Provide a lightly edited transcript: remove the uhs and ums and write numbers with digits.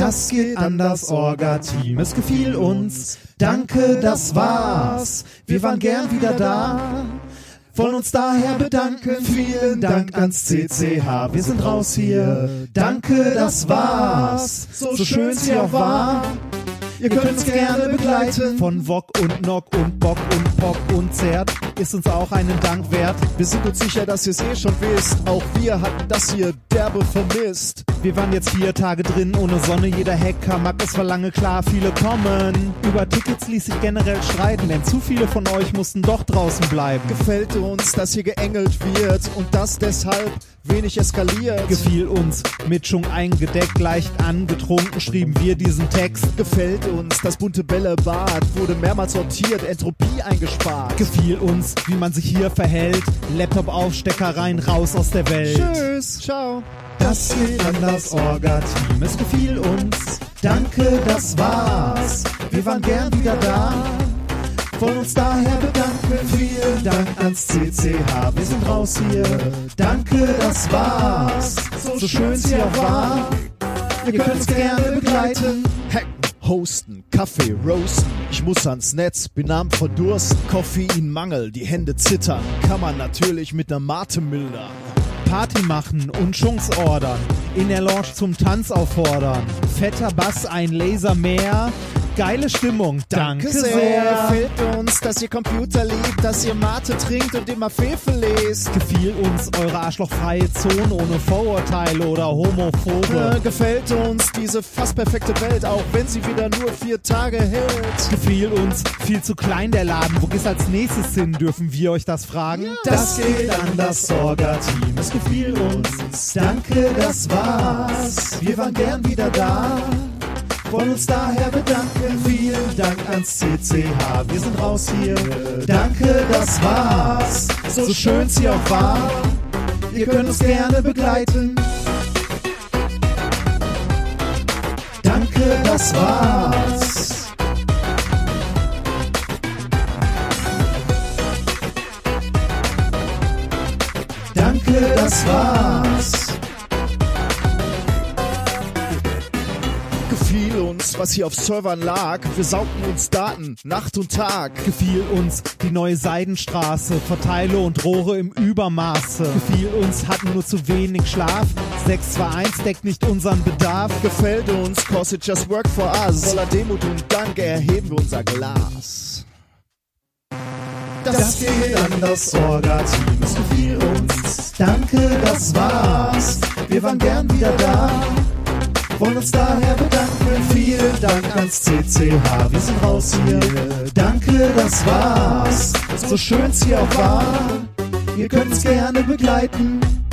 Das geht an das Orga-Team, es gefiel uns. Danke, das war's. Wir waren gern wieder da. Wollen uns daher bedanken. Vielen Dank ans CCH. Wir sind raus hier. Danke, das war's. So schön es hier auch war. Ihr könnt uns gerne begleiten. Von Wok und Nock und Bock und Pock und Zert ist uns auch einen Dank wert. Wir sind uns sicher, dass ihr es schon wisst. Auch wir hatten das hier derbe vermisst. Wir waren jetzt 4 Tage drin ohne Sonne. Jeder Hacker mag es verlange, klar, viele kommen. Über Tickets ließ sich generell streiten, denn zu viele von euch mussten doch draußen bleiben. Gefällt uns, dass hier geengelt wird und das deshalb wenig eskaliert. Gefiel uns, mit Schwung eingedeckt, leicht angetrunken, schrieben wir diesen Text. Gefällt uns, das bunte Bällebad wurde mehrmals sortiert, Entropie eingespart. Gefiel uns, wie man sich hier verhält, Laptop auf, Stecker rein, raus aus der Welt. Tschüss, ciao. Das geht an das Orga-Team, es gefiel uns. Danke, das war's. Wir waren gern wieder da. Wollen uns daher bedanken. Vielen Dank ans CCH. Wir sind raus hier. Danke, das war's. So schön es hier auch war. Ihr könnt uns gerne begleiten. Hacken, hosten, Kaffee, roasten. Ich muss ans Netz, bin am Verdursten. Koffeinmangel, die Hände zittern. Kann man natürlich mit ner Mate mildern. Party machen und Chunks ordern. In der Lounge zum Tanz auffordern. Fetter Bass, ein Laser mehr. Geile Stimmung, danke sehr. Gefällt uns, dass ihr Computer liebt, dass ihr Mate trinkt und immer Fefe lest. Gefiel uns eure arschlochfreie Zone ohne Vorurteile oder Homophobe. Gefällt uns diese fast perfekte Welt, auch wenn sie wieder nur 4 Tage hält. Gefiel uns viel zu klein der Laden. Wo geht's als nächstes hin? Dürfen wir euch das fragen? Ja. Das geht an das Orga-Team. Es gefiel uns. Danke, das war's. Wir waren gern wieder da. Wollen uns daher bedanken. Vielen Dank ans CCH. Wir sind raus hier. Danke, das war's. So schön es hier auch war. Ihr könnt uns gerne begleiten. Danke, das war's. Danke, das war's. Gefiel uns, was hier auf Servern lag. Wir saugten uns Daten, Nacht und Tag. Gefiel uns die neue Seidenstraße, Verteile und Rohre im Übermaße. Gefiel uns, hatten nur zu wenig Schlaf. 621 deckt nicht unseren Bedarf. Gefällt uns, cause it just work for us. Voller Demut und Dank erheben wir unser Glas. Das geht an das Orga-Team, es gefiel uns. Danke, das war's. Wir waren gern wieder da. Wollen uns daher bedanken. Vielen Dank ans CCH. Wir sind raus hier. Danke, das war's. So schön es hier auch war. Ihr könnt uns gerne begleiten.